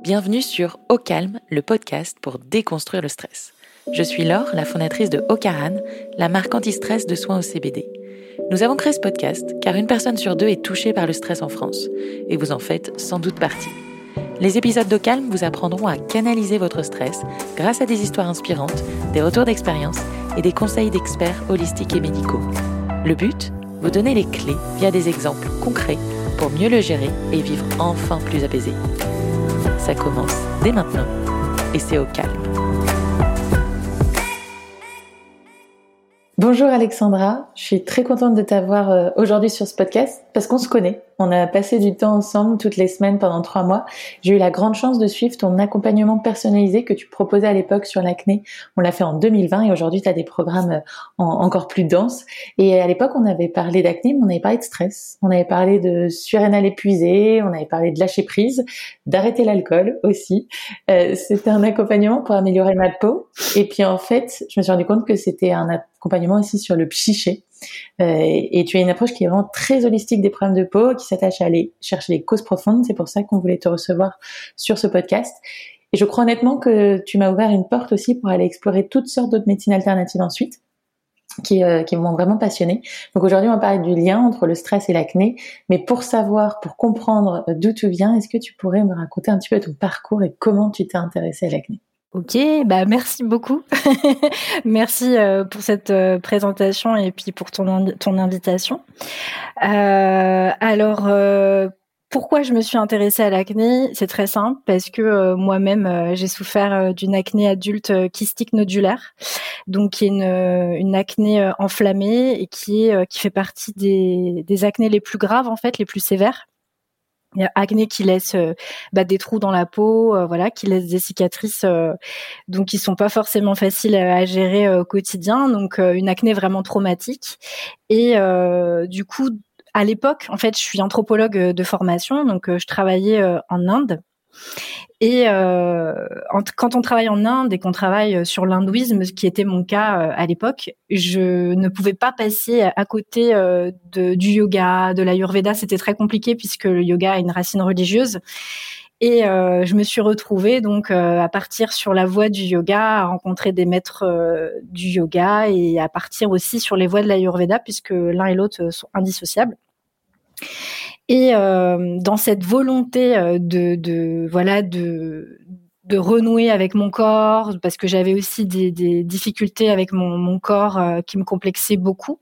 Bienvenue sur Au Calme, le podcast pour déconstruire le stress. Je suis Laure, la fondatrice de Ocaran, la marque anti-stress de soins au CBD. Nous avons créé ce podcast car une personne sur deux est touchée par le stress en France, et vous en faites sans doute partie. Les épisodes d'Au Calme vous apprendront à canaliser votre stress grâce à des histoires inspirantes, des retours d'expérience et des conseils d'experts holistiques et médicaux. Le but ? Vous donner les clés via des exemples concrets pour mieux le gérer et vivre enfin plus apaisé. Ça commence dès maintenant et c'est Au Calme. Bonjour Alexandra, je suis très contente de t'avoir aujourd'hui sur ce podcast parce qu'on se connaît. On a passé du temps ensemble toutes les semaines pendant 3 mois. J'ai eu la grande chance de suivre ton accompagnement personnalisé que tu proposais à l'époque sur l'acné. On l'a fait en 2020 et aujourd'hui tu as des programmes encore plus denses. Et à l'époque on avait parlé d'acné, mais on avait parlé de stress. On avait parlé de surrénal épuisé, on avait parlé de lâcher prise, d'arrêter l'alcool aussi. C'était un accompagnement pour améliorer ma peau. Et puis en fait, je me suis rendu compte que c'était un accompagnement aussi sur le psyché. Et tu as une approche qui est vraiment très holistique des problèmes de peau, qui s'attache à aller chercher les causes profondes. C'est pour ça qu'on voulait te recevoir sur ce podcast. Et je crois honnêtement que tu m'as ouvert une porte aussi pour aller explorer toutes sortes d'autres médecines alternatives ensuite, qui m'ont vraiment passionnée. Donc aujourd'hui, on va parler du lien entre le stress et l'acné. Mais pour savoir, pour comprendre d'où tu viens, est-ce que tu pourrais me raconter un petit peu ton parcours et comment tu t'es intéressée à l'acné ? Ok, merci beaucoup. Merci pour cette présentation et puis pour ton invitation. Pourquoi je me suis intéressée à l'acné ? C'est très simple, parce que moi-même, j'ai souffert d'une acné adulte kystique nodulaire, donc qui est une acné enflammée et qui fait partie des acnés les plus graves, en fait, les plus sévères. Il y a acné qui laisse des trous dans la peau, qui laisse des cicatrices, donc qui sont pas forcément faciles à gérer au quotidien. Donc une acné vraiment traumatique. Et du coup, à l'époque, en fait, je suis anthropologue de formation, donc je travaillais en Inde. Et quand on travaille en Inde et qu'on travaille sur l'hindouisme, ce qui était mon cas à l'époque, je ne pouvais pas passer à côté du yoga, de l'ayurveda. C'était très compliqué puisque le yoga a une racine religieuse. Et je me suis retrouvée donc à partir sur la voie du yoga, à rencontrer des maîtres du yoga et à partir aussi sur les voies de l'ayurveda puisque l'un et l'autre sont indissociables. Et dans cette volonté de renouer avec mon corps, parce que j'avais aussi des difficultés avec mon corps qui me complexaient beaucoup,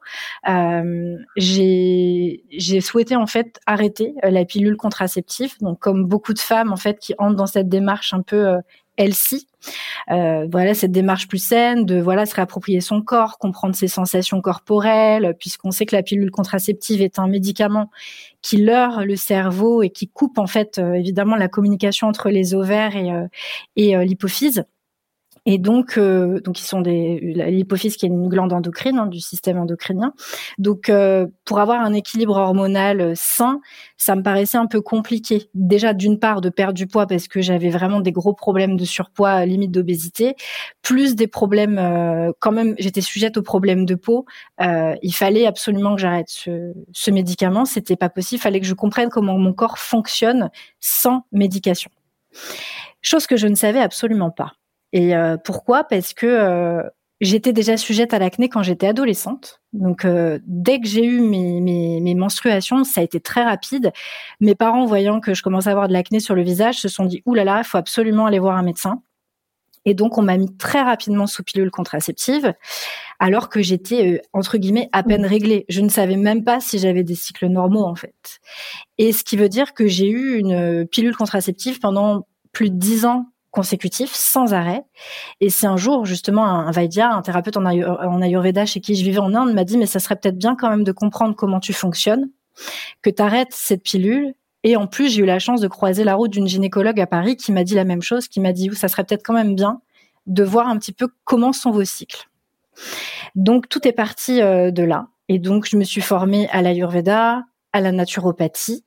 j'ai souhaité en fait arrêter la pilule contraceptive. Donc comme beaucoup de femmes en fait qui entrent dans cette démarche un peu healthy, cette démarche plus saine de se réapproprier son corps, comprendre ses sensations corporelles, puisqu'on sait que la pilule contraceptive est un médicament qui leurre le cerveau et qui coupe en fait évidemment la communication entre les ovaires et l'hypophyse. Et donc ils sont l'hypophyse qui est une glande endocrine du système endocrinien. Donc pour avoir un équilibre hormonal sain, ça me paraissait un peu compliqué. Déjà d'une part de perdre du poids parce que j'avais vraiment des gros problèmes de surpoids, limite d'obésité, plus des problèmes quand même, j'étais sujette aux problèmes de peau. Il fallait absolument que j'arrête ce médicament, c'était pas possible, il fallait que je comprenne comment mon corps fonctionne sans médication. Chose que je ne savais absolument pas. Et pourquoi ? Parce que j'étais déjà sujette à l'acné quand j'étais adolescente. Donc dès que j'ai eu mes menstruations, ça a été très rapide. Mes parents, voyant que je commençais à avoir de l'acné sur le visage, se sont dit « Ouh là là, il faut absolument aller voir un médecin ». Et donc on m'a mis très rapidement sous pilule contraceptive, alors que j'étais entre guillemets à peine réglée. Je ne savais même pas si j'avais des cycles normaux en fait. Et ce qui veut dire que j'ai eu une pilule contraceptive pendant plus de 10 ans consécutifs, sans arrêt. Et c'est un jour, justement, un Vaidya, un thérapeute en Ayurveda chez qui je vivais en Inde, m'a dit « Mais ça serait peut-être bien quand même de comprendre comment tu fonctionnes, que tu arrêtes cette pilule. » Et en plus, j'ai eu la chance de croiser la route d'une gynécologue à Paris qui m'a dit la même chose, qui m'a dit « Ça serait peut-être quand même bien de voir un petit peu comment sont vos cycles. » Donc, tout est parti de là. Et donc, je me suis formée à l'Ayurveda, à la naturopathie.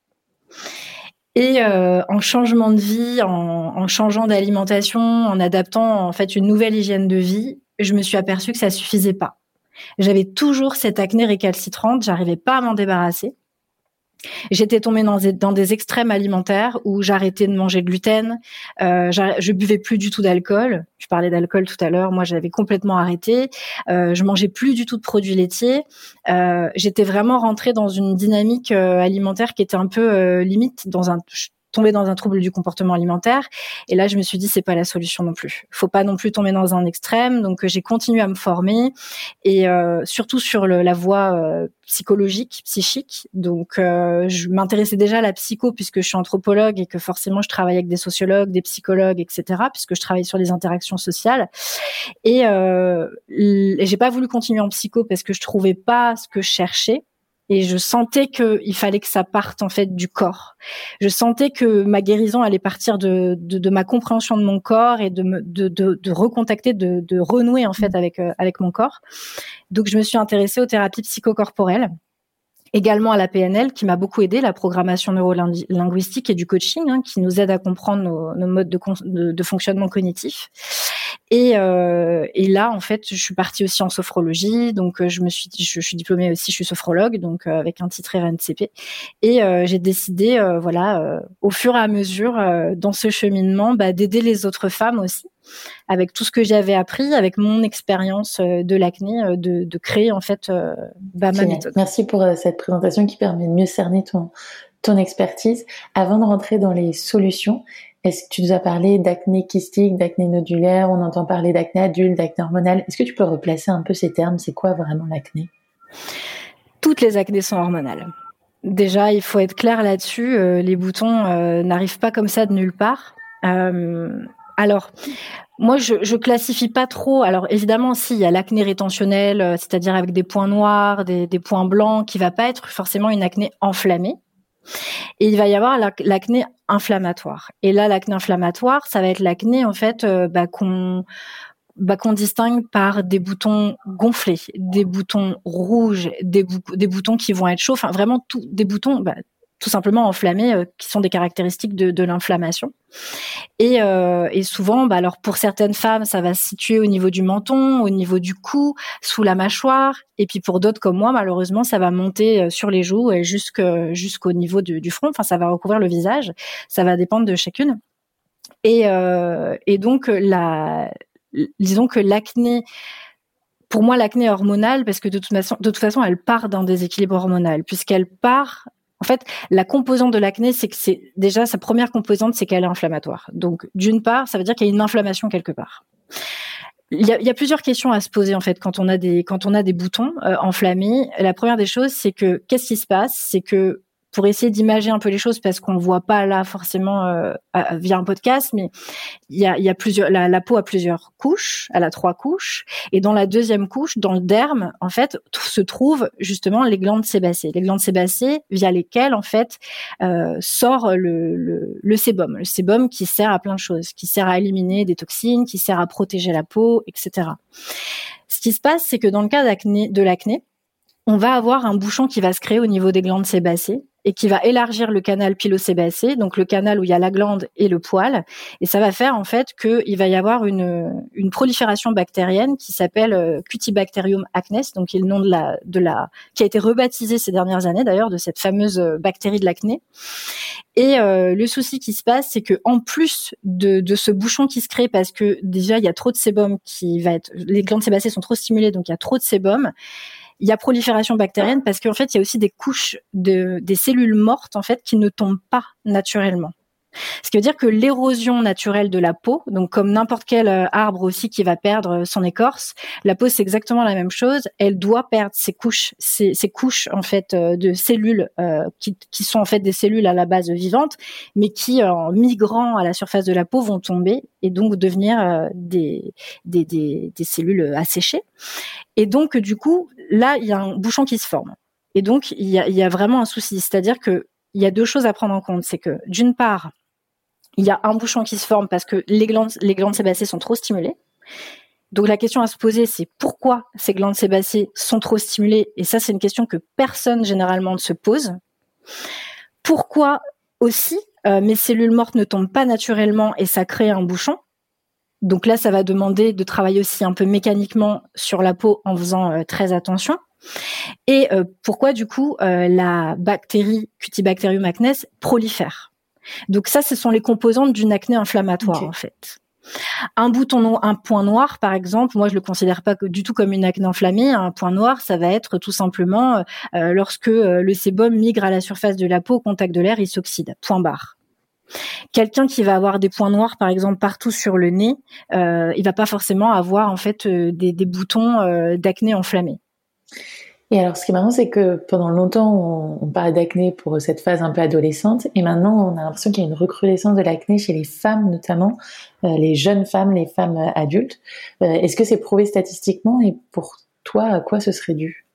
Et en changement de vie, en changeant d'alimentation, en adaptant en fait une nouvelle hygiène de vie, je me suis aperçue que ça suffisait pas. J'avais toujours cette acné récalcitrante, j'arrivais pas à m'en débarrasser. J'étais tombée dans des extrêmes alimentaires où j'arrêtais de manger de gluten, je buvais plus du tout d'alcool. Je parlais d'alcool tout à l'heure, moi j'avais complètement arrêté. Je mangeais plus du tout de produits laitiers. J'étais vraiment rentrée dans une dynamique alimentaire qui était un peu limite tombée dans un trouble du comportement alimentaire. Et là, je me suis dit, c'est pas la solution non plus. Faut pas non plus tomber dans un extrême. Donc, j'ai continué à me former et surtout sur la voie psychologique, psychique. Donc, je m'intéressais déjà à la psycho puisque je suis anthropologue et que forcément, je travaille avec des sociologues, des psychologues, etc. puisque je travaille sur les interactions sociales. Et j'ai pas voulu continuer en psycho parce que je trouvais pas ce que je cherchais. Et je sentais qu'il fallait que ça parte en fait du corps. Je sentais que ma guérison allait partir de ma compréhension de mon corps et de recontacter, de renouer en fait avec mon corps. Donc je me suis intéressée aux thérapies psychocorporelles, également à la PNL qui m'a beaucoup aidée, la programmation neurolinguistique et du coaching qui nous aide à comprendre nos modes de fonctionnement cognitif. Et là, en fait, je suis partie aussi en sophrologie, donc je suis diplômée aussi, je suis sophrologue, donc avec un titre RNCP. Et j'ai décidé, au fur et à mesure, dans ce cheminement, d'aider les autres femmes aussi, avec tout ce que j'avais appris, avec mon expérience de l'acné, de créer en fait ma méthode. Merci pour cette présentation qui permet de mieux cerner ton expertise. Avant de rentrer dans les solutions, est-ce que tu nous as parlé d'acné kystique, d'acné nodulaire, on entend parler d'acné adulte, d'acné hormonale. Est-ce que tu peux replacer un peu ces termes? C'est quoi vraiment l'acné? Toutes les acnées sont hormonales. Déjà, il faut être clair là-dessus. Les boutons n'arrivent pas comme ça de nulle part. Alors, moi, je classifie pas trop. Alors, évidemment, si, il y a l'acné rétentionnelle, c'est-à-dire avec des points noirs, des points blancs, qui va pas être forcément une acné enflammée. Et il va y avoir l'acné inflammatoire. Et là, l'acné inflammatoire, ça va être l'acné, en fait, qu'on distingue par des boutons gonflés, des boutons rouges, des boutons qui vont être chauds, enfin vraiment des boutons tout simplement enflammés qui sont des caractéristiques de l'inflammation. Et souvent, alors pour certaines femmes, ça va se situer au niveau du menton, au niveau du cou, sous la mâchoire, et puis pour d'autres comme moi, malheureusement, ça va monter sur les joues et jusqu'au niveau du front. Enfin, ça va recouvrir le visage. Ça va dépendre de chacune. Et donc disons que l'acné, pour moi, l'acné hormonale, parce que de toute façon, elle part d'un déséquilibre hormonal, puisqu'elle part. En fait, la composante de l'acné, c'est que c'est déjà sa première composante, c'est qu'elle est inflammatoire. Donc, d'une part, ça veut dire qu'il y a une inflammation quelque part. Il y a plusieurs questions à se poser en fait quand on a des boutons enflammés. La première des choses, c'est que qu'est-ce qui se passe? C'est que pour essayer d'imager un peu les choses, parce qu'on ne voit pas là forcément via un podcast, mais il y a plusieurs, la peau a plusieurs couches, elle a 3 couches, et dans la deuxième couche, dans le derme, en fait, se trouvent justement les glandes sébacées. Les glandes sébacées via lesquelles en fait sort le sébum qui sert à plein de choses, qui sert à éliminer des toxines, qui sert à protéger la peau, etc. Ce qui se passe, c'est que dans le cas de l'acné, on va avoir un bouchon qui va se créer au niveau des glandes sébacées et qui va élargir le canal pilosébacé, donc le canal où il y a la glande et le poil, et ça va faire en fait qu'il va y avoir une prolifération bactérienne qui s'appelle Cutibacterium acnes, donc qui est le nom qui a été rebaptisé ces dernières années d'ailleurs de cette fameuse bactérie de l'acné. Et le souci qui se passe, c'est que en plus de ce bouchon qui se crée parce que déjà il y a trop de sébum les glandes sébacées sont trop stimulées, donc il y a trop de sébum. Il y a prolifération bactérienne parce qu'en fait, il y a aussi des couches des cellules mortes en fait qui ne tombent pas naturellement. Ce qui veut dire que l'érosion naturelle de la peau, donc comme n'importe quel arbre aussi qui va perdre son écorce, la peau c'est exactement la même chose. Elle doit perdre ces couches en fait de cellules qui sont en fait des cellules à la base vivantes, mais qui en migrant à la surface de la peau vont tomber et donc devenir des cellules asséchées. Et donc du coup là il y a un bouchon qui se forme. Et donc il y a vraiment un souci, c'est-à-dire que il y a 2 choses à prendre en compte, c'est que d'une part il y a un bouchon qui se forme parce que les glandes sébacées sont trop stimulées. Donc la question à se poser, c'est pourquoi ces glandes sébacées sont trop stimulées? Et ça, c'est une question que personne généralement ne se pose. Pourquoi aussi mes cellules mortes ne tombent pas naturellement et ça crée un bouchon? Donc là, ça va demander de travailler aussi un peu mécaniquement sur la peau en faisant très attention. Et pourquoi du coup la bactérie Cutibacterium acnes prolifère. Donc ça, ce sont les composantes d'une acné inflammatoire, en fait. Un point noir, par exemple, moi je le considère pas du tout comme une acné inflammée. Un point noir, ça va être tout simplement lorsque le sébum migre à la surface de la peau au contact de l'air, il s'oxyde. Point barre. Quelqu'un qui va avoir des points noirs, par exemple, partout sur le nez, il va pas forcément avoir en fait des boutons d'acné enflammés. Et alors, ce qui est marrant, c'est que pendant longtemps, on parlait d'acné pour cette phase un peu adolescente, et maintenant, on a l'impression qu'il y a une recrudescence de l'acné chez les femmes, notamment les jeunes femmes, les femmes adultes. Est-ce que c'est prouvé statistiquement, et pour toi, à quoi ce serait dû?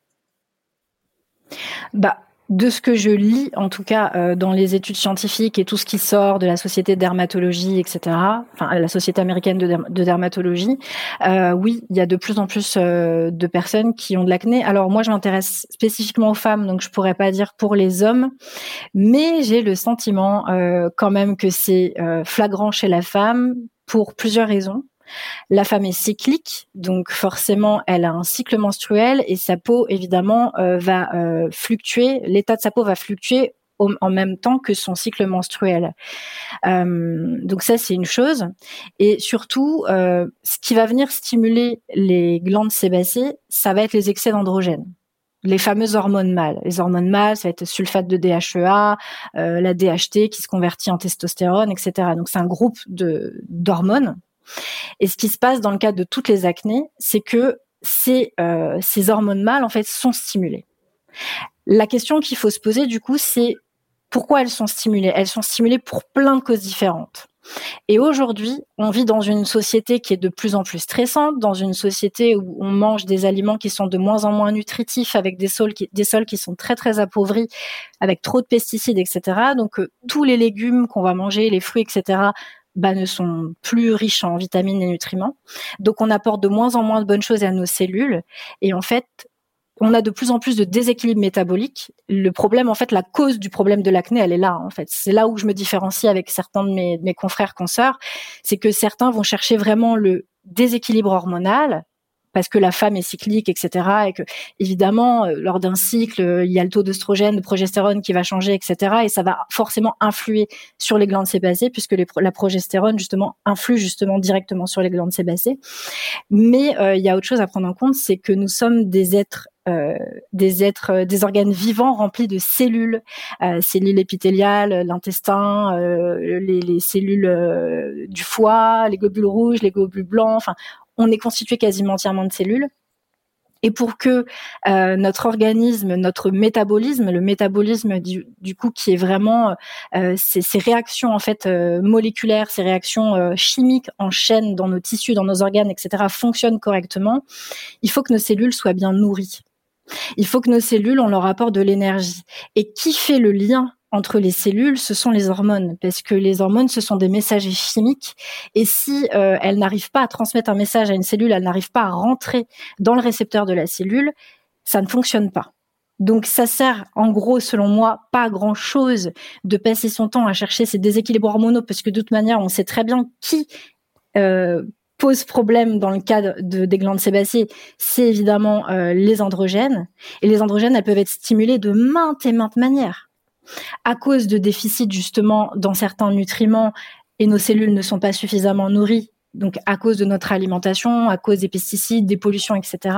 De ce que je lis, en tout cas, dans les études scientifiques et tout ce qui sort de la société de dermatologie, etc., enfin, la société américaine de dermatologie, oui, il y a de plus en plus de personnes qui ont de l'acné. Alors, moi, je m'intéresse spécifiquement aux femmes, donc je pourrais pas dire pour les hommes, mais j'ai le sentiment quand même que c'est flagrant chez la femme pour plusieurs raisons. La femme est cyclique, donc forcément, elle a un cycle menstruel et sa peau, évidemment, va fluctuer. L'état de sa peau va fluctuer en même temps que son cycle menstruel. Donc ça, c'est une chose. Et surtout, ce qui va venir stimuler les glandes sébacées, ça va être les excès d'androgènes. Les fameuses hormones mâles. Les hormones mâles, ça va être sulfate de DHEA, la DHT qui se convertit en testostérone, etc. Donc c'est un groupe d'hormones. Et ce qui se passe dans le cadre de toutes les acnés, c'est que ces hormones mâles en fait sont stimulées. La question qu'il faut se poser du coup, c'est pourquoi elles sont stimulées ? Elles sont stimulées pour plein de causes différentes. Et aujourd'hui, on vit dans une société qui est de plus en plus stressante, dans une société où on mange des aliments qui sont de moins en moins nutritifs, avec des sols qui sont très très appauvris, avec trop de pesticides, etc. Donc tous les légumes qu'on va manger, les fruits, etc., ne sont plus riches en vitamines et nutriments. Donc, on apporte de moins en moins de bonnes choses à nos cellules. Et en fait, on a de plus en plus de déséquilibre métabolique. Le problème, en fait, la cause du problème de l'acné, elle est là, en fait. C'est là où je me différencie avec certains de mes confrères, consoeurs. C'est que certains vont chercher vraiment le déséquilibre hormonal, parce que la femme est cyclique, etc. Et que, évidemment, lors d'un cycle, il y a le taux d'œstrogène, de progestérone qui va changer, etc. Et ça va forcément influer sur les glandes sébacées, puisque la progestérone, justement, influe justement directement sur les glandes sébacées. Mais il y a autre chose à prendre en compte, c'est que nous sommes des organes vivants remplis de cellules, cellules épithéliales, l'intestin, les cellules du foie, les globules rouges, les globules blancs, enfin, on est constitué quasiment entièrement de cellules. Et pour que notre organisme, notre métabolisme, le métabolisme du coup qui est vraiment ces réactions en fait moléculaires, ces réactions chimiques en chaîne dans nos tissus, dans nos organes, etc., fonctionnent correctement, il faut que nos cellules soient bien nourries. Il faut que nos cellules, on leur apporte de l'énergie. Et qui fait le lien entre les cellules, ce sont les hormones, parce que les hormones, ce sont des messagers chimiques, et si elles n'arrivent pas à transmettre un message à une cellule, elles n'arrivent pas à rentrer dans le récepteur de la cellule, ça ne fonctionne pas. Donc ça sert, en gros, selon moi, pas à grand-chose de passer son temps à chercher ces déséquilibres hormonaux, parce que de toute manière, on sait très bien qui pose problème dans le cadre des glandes sébacées, c'est évidemment les androgènes, et les androgènes, elles peuvent être stimulées de maintes et maintes manières. À cause de déficits justement dans certains nutriments et nos cellules ne sont pas suffisamment nourries, donc à cause de notre alimentation, à cause des pesticides, des pollutions, etc.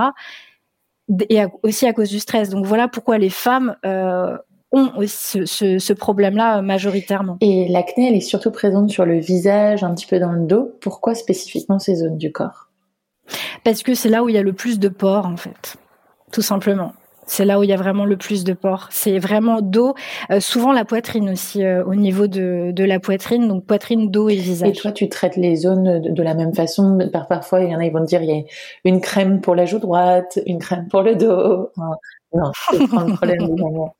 Et aussi à cause du stress. Donc voilà pourquoi les femmes ont ce problème-là majoritairement. Et l'acné, elle est surtout présente sur le visage, un petit peu dans le dos. Pourquoi spécifiquement ces zones du corps ? Parce que c'est là où il y a le plus de pores, en fait, tout simplement. C'est là où il y a vraiment le plus de pores. C'est vraiment dos, souvent la poitrine aussi, au niveau de la poitrine, donc poitrine, dos et visage. Et toi, tu traites les zones de la même façon? Parfois, il y en a, ils vont te dire, il y a une crème pour la joue droite, une crème pour le dos. Non, je prends le problème évidemment.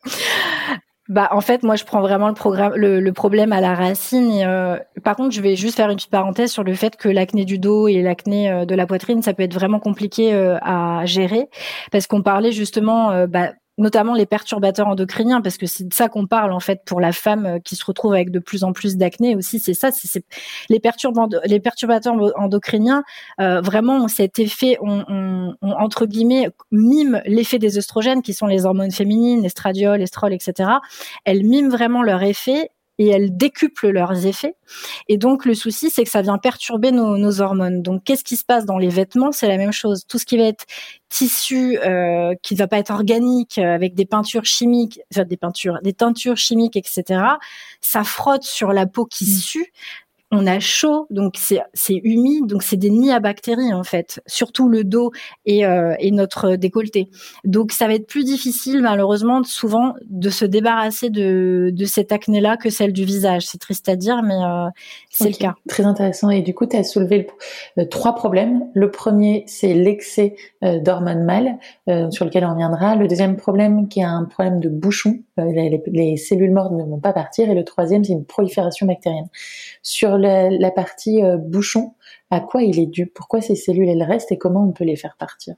En fait, moi, je prends vraiment le problème à la racine. Et, par contre, je vais juste faire une petite parenthèse sur le fait que l'acné du dos et l'acné de la poitrine, ça peut être vraiment compliqué à gérer, parce qu'on parlait justement notamment les perturbateurs endocriniens, parce que c'est de ça qu'on parle en fait pour la femme qui se retrouve avec de plus en plus d'acné aussi. C'est ça, c'est les perturbateurs endocriniens vraiment ont cet effet, on entre guillemets miment l'effet des œstrogènes qui sont les hormones féminines, l'estradiol, l'estrol, etc. Elles miment vraiment leur effet et elles décuplent leurs effets. Et donc, le souci, c'est que ça vient perturber nos hormones. Donc, qu'est-ce qui se passe dans les vêtements? C'est la même chose. Tout ce qui va être tissu, qui ne va pas être organique, avec des peintures chimiques, enfin, des teintures chimiques, etc., ça frotte sur la peau qui sue. On a chaud, donc c'est humide, donc c'est des nids à bactéries en fait, surtout le dos et notre décolleté. Donc ça va être plus difficile malheureusement souvent de se débarrasser de cette acné-là que celle du visage. C'est triste à dire, mais c'est le cas. Très intéressant. Et du coup, tu as soulevé 3 problèmes. Le premier, c'est l'excès d'hormones mâles, sur lequel on reviendra. Le deuxième problème, qui est un problème de bouchon. Les cellules mortes ne vont pas partir. Et le troisième, c'est une prolifération bactérienne. Sur la partie bouchon, à quoi il est dû? Pourquoi ces cellules, elles restent et comment on peut les faire partir?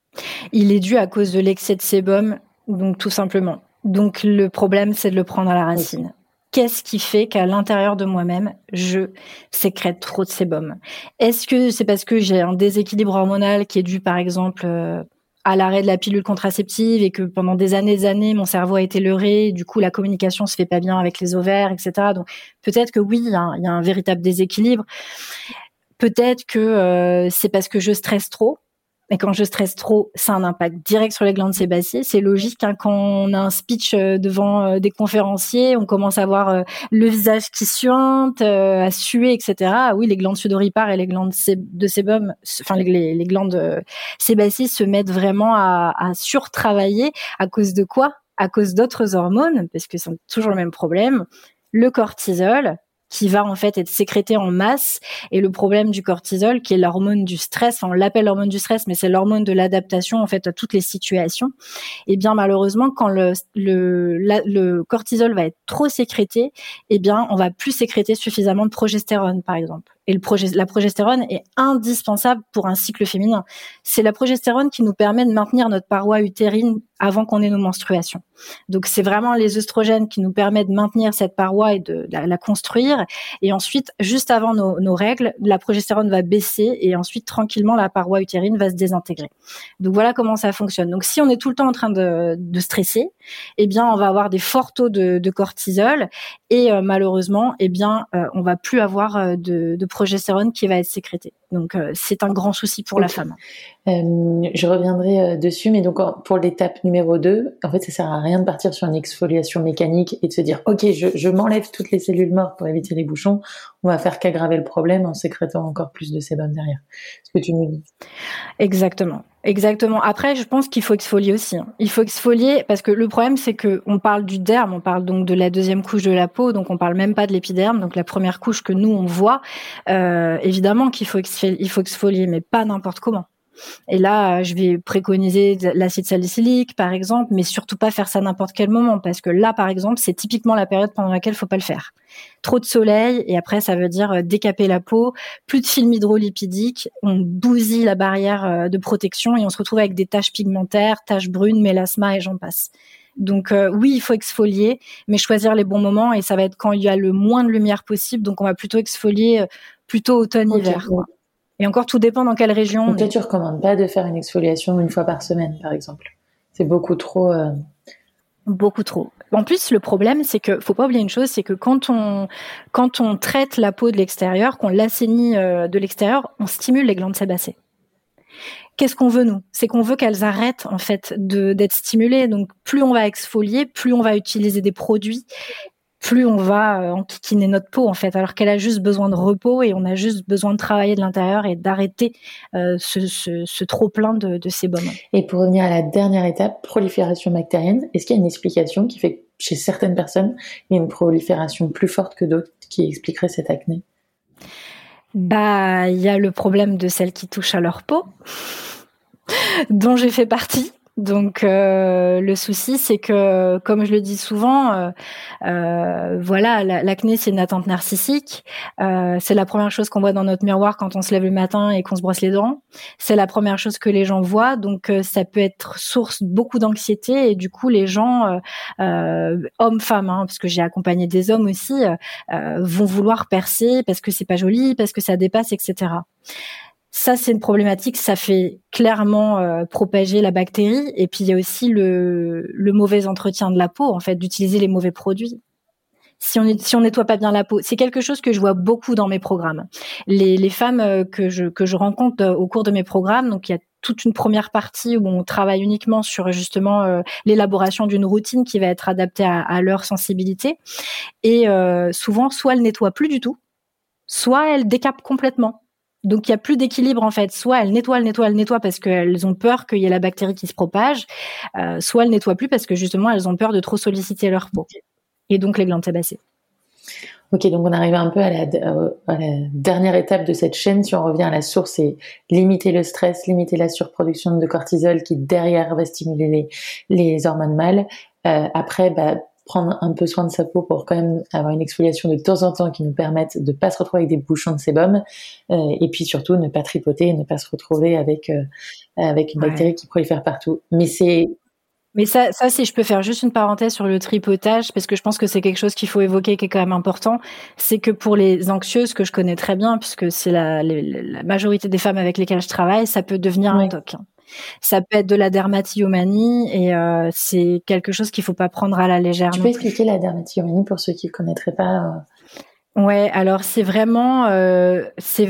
Il est dû à cause de l'excès de sébum, donc tout simplement. Donc le problème, c'est de le prendre à la racine. Okay. Qu'est-ce qui fait qu'à l'intérieur de moi-même, je sécrète trop de sébum? Est-ce que c'est parce que j'ai un déséquilibre hormonal qui est dû, par exemple, à l'arrêt de la pilule contraceptive et que pendant des années, mon cerveau a été leurré, du coup la communication se fait pas bien avec les ovaires, etc. Donc peut-être que oui, il y a un véritable déséquilibre. Peut-être que c'est parce que je stresse trop. Et quand je stresse trop, ça a un impact direct sur les glandes sébacées. C'est logique, hein, quand on a un speech devant des conférenciers, on commence à voir le visage qui suinte, à suer, etc. Oui, les glandes sudoripares et les glandes de sébum, enfin les glandes sébacées se mettent vraiment à surtravailler. À cause de quoi? À cause d'autres hormones, parce que c'est toujours le même problème. Le cortisol, qui va en fait être sécrété en masse, et le problème du cortisol, qui est l'hormone du stress, enfin on l'appelle l'hormone du stress, mais c'est l'hormone de l'adaptation en fait à toutes les situations. Et bien malheureusement, quand le cortisol va être trop sécrété, et bien on va plus sécréter suffisamment de progestérone par exemple. Et la progestérone est indispensable pour un cycle féminin. C'est la progestérone qui nous permet de maintenir notre paroi utérine avant qu'on ait nos menstruations. Donc c'est vraiment les œstrogènes qui nous permettent de maintenir cette paroi et de la construire. Et ensuite, juste avant nos règles, la progestérone va baisser et ensuite tranquillement la paroi utérine va se désintégrer. Donc voilà comment ça fonctionne. Donc si on est tout le temps en train de stresser, eh bien on va avoir des forts taux de cortisol et malheureusement, eh bien on va plus avoir de progestérone qui va être sécrétée. Donc c'est un grand souci pour la femme. Je reviendrai dessus, mais donc pour l'étape numéro 2, en fait ça sert à rien de partir sur une exfoliation mécanique et de se dire ok, je m'enlève toutes les cellules mortes pour éviter les bouchons. On va faire qu'aggraver le problème en sécrétant encore plus de sébum derrière. Ce que tu nous dis. Exactement. Après, je pense qu'il faut exfolier aussi. Il faut exfolier parce que le problème, c'est que on parle du derme, on parle donc de la deuxième couche de la peau, donc on parle même pas de l'épiderme, donc la première couche que nous on voit. Évidemment qu'il faut exfolier, mais pas n'importe comment. Et là, je vais préconiser l'acide salicylique, par exemple, mais surtout pas faire ça à n'importe quel moment, parce que là, par exemple, c'est typiquement la période pendant laquelle faut pas le faire. Trop de soleil, et après, ça veut dire décaper la peau, plus de film hydrolipidique, on bousille la barrière de protection et on se retrouve avec des taches pigmentaires, taches brunes, mélasma et j'en passe. Donc oui, il faut exfolier, mais choisir les bons moments, et ça va être quand il y a le moins de lumière possible, donc on va plutôt exfolier plutôt automne-hiver, quoi. Et encore, tout dépend dans quelle région. Donc toi, tu recommandes pas de faire une exfoliation 1 fois par semaine, par exemple? C'est beaucoup trop. Beaucoup trop. En plus, le problème, c'est que faut pas oublier une chose, c'est que quand on traite la peau de l'extérieur, qu'on l'assainit de l'extérieur, on stimule les glandes sébacées. Qu'est-ce qu'on veut, nous? C'est qu'on veut qu'elles arrêtent, en fait, d'être stimulées. Donc, plus on va exfolier, plus on va utiliser des produits, plus on va enquiquiner notre peau, en fait, alors qu'elle a juste besoin de repos et on a juste besoin de travailler de l'intérieur et d'arrêter ce trop-plein de sébum. Et pour revenir à la dernière étape, prolifération bactérienne, est-ce qu'il y a une explication qui fait que chez certaines personnes, il y a une prolifération plus forte que d'autres qui expliquerait cette acné? Il y a le problème de celles qui touchent à leur peau, dont j'ai fait partie. Donc le souci, c'est que, comme je le dis souvent, voilà, l'acné, c'est une atteinte narcissique. C'est la première chose qu'on voit dans notre miroir quand on se lève le matin et qu'on se brosse les dents. C'est la première chose que les gens voient, donc ça peut être source beaucoup d'anxiété. Et du coup, les gens, hommes, femmes, hein, parce que j'ai accompagné des hommes aussi, vont vouloir percer parce que c'est pas joli, parce que ça dépasse, etc. Ça, c'est une problématique. Ça fait clairement propager la bactérie. Et puis, il y a aussi le mauvais entretien de la peau, en fait, d'utiliser les mauvais produits. Si on nettoie pas bien la peau, c'est quelque chose que je vois beaucoup dans mes programmes. Les femmes que je rencontre au cours de mes programmes, donc il y a toute une première partie où on travaille uniquement sur justement l'élaboration d'une routine qui va être adaptée à leur sensibilité. Et souvent, soit elles nettoient plus du tout, soit elles décapent complètement. Donc il y a plus d'équilibre en fait. Soit elles nettoient parce qu'elles ont peur qu'il y ait la bactérie qui se propage, soit elles nettoient plus parce que justement elles ont peur de trop solliciter leur peau. Et donc les glandes sébacées. Ok, donc on arrive un peu à la dernière étape de cette chaîne. Si on revient à la source, c'est limiter le stress, limiter la surproduction de cortisol qui derrière va stimuler les hormones mâles. Après, prendre un peu soin de sa peau pour quand même avoir une exfoliation de temps en temps qui nous permette de pas se retrouver avec des bouchons de sébum, et puis surtout ne pas tripoter, ne pas se retrouver avec une bactérie qui prolifère partout. Mais ça, si je peux faire juste une parenthèse sur le tripotage, parce que je pense que c'est quelque chose qu'il faut évoquer, qui est quand même important, c'est que pour les anxieuses, que je connais très bien, puisque c'est la majorité des femmes avec lesquelles je travaille, ça peut devenir un TOC. Ça peut être de la dermatillomanie et c'est quelque chose qu'il faut pas prendre à la légère. Tu peux expliquer la dermatillomanie pour ceux qui ne connaîtraient pas Ouais, alors c'est vraiment c'est